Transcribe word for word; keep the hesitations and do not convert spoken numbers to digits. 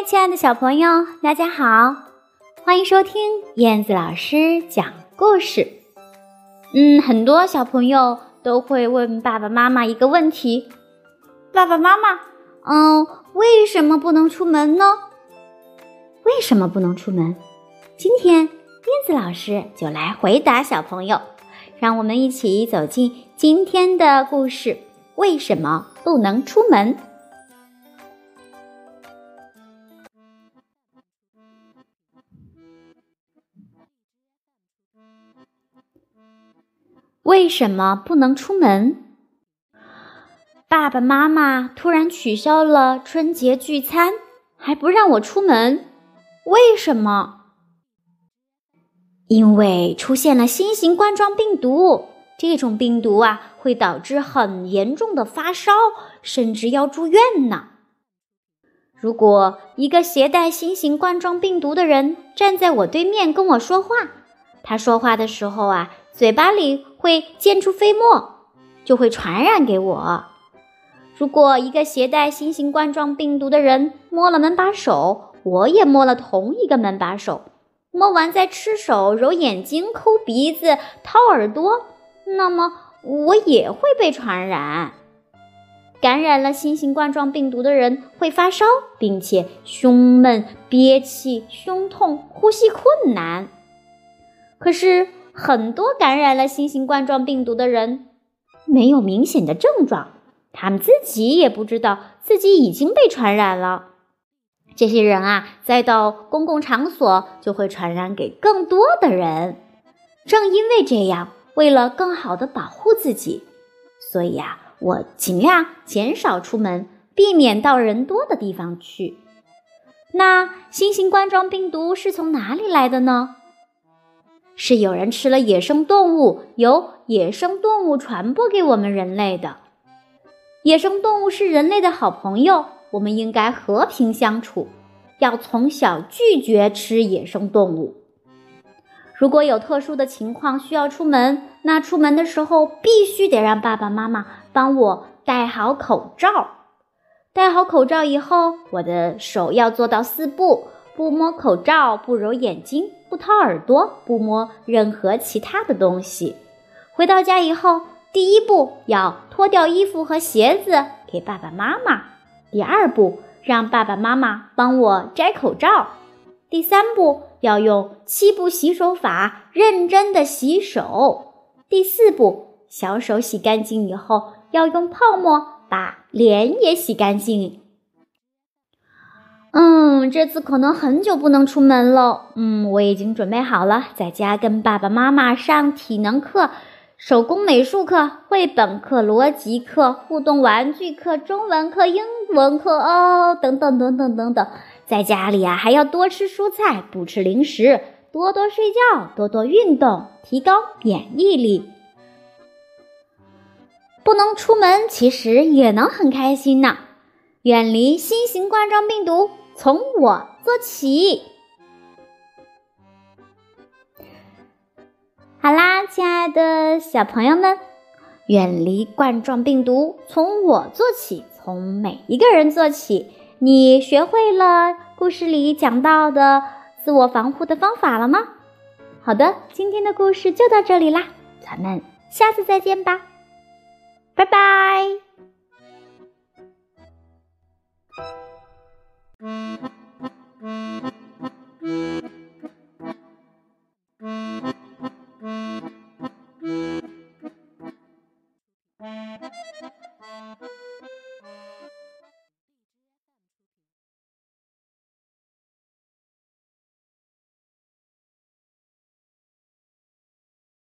亲爱的小朋友，大家好，欢迎收听燕子老师讲故事。嗯，很多小朋友都会问爸爸妈妈一个问题：爸爸妈妈，嗯，为什么不能出门呢？为什么不能出门？今天燕子老师就来回答小朋友，让我们一起走进今天的故事：为什么不能出门？为什么不能出门？爸爸妈妈突然取消了春节聚餐，还不让我出门，为什么？因为出现了新型冠状病毒，这种病毒啊，会导致很严重的发烧，甚至要住院呢。如果一个携带新型冠状病毒的人站在我对面跟我说话，他说话的时候啊，嘴巴里会溅出飞沫，就会传染给我。如果一个携带新型冠状病毒的人摸了门把手，我也摸了同一个门把手，摸完再吃手、揉眼睛、抠鼻子、掏耳朵，那么我也会被传染。感染了新型冠状病毒的人会发烧，并且胸闷、憋气、胸痛、呼吸困难。可是很多感染了新型冠状病毒的人没有明显的症状，他们自己也不知道自己已经被传染了。这些人啊，再到公共场所就会传染给更多的人。正因为这样，为了更好地保护自己，所以啊，我尽量减少出门，避免到人多的地方去。那新型冠状病毒是从哪里来的呢？是有人吃了野生动物，由野生动物传播给我们人类的。野生动物是人类的好朋友，我们应该和平相处，要从小拒绝吃野生动物。如果有特殊的情况需要出门，那出门的时候必须得让爸爸妈妈帮我戴好口罩。戴好口罩以后，我的手要做到四不：不摸口罩，不揉眼睛，不掏耳朵，不摸任何其他的东西。回到家以后，第一步要脱掉衣服和鞋子给爸爸妈妈。第二步，让爸爸妈妈帮我摘口罩。第三步，要用七步洗手法认真的洗手。第四步，小手洗干净以后，要用泡沫把脸也洗干净。嗯，这次可能很久不能出门了。嗯，我已经准备好了，在家跟爸爸妈妈上体能课、手工美术课、绘本课、逻辑课、互动玩具课、中文课、英文课哦，等等等等等等。在家里啊，还要多吃蔬菜，不吃零食，多多睡觉，多多运动，提高免疫力。不能出门，其实也能很开心呢。远离新型冠状病毒，从我做起。好啦，亲爱的小朋友们，远离冠状病毒，从我做起，从每一个人做起。你学会了故事里讲到的自我防护的方法了吗？好的，今天的故事就到这里啦，咱们下次再见吧，拜拜。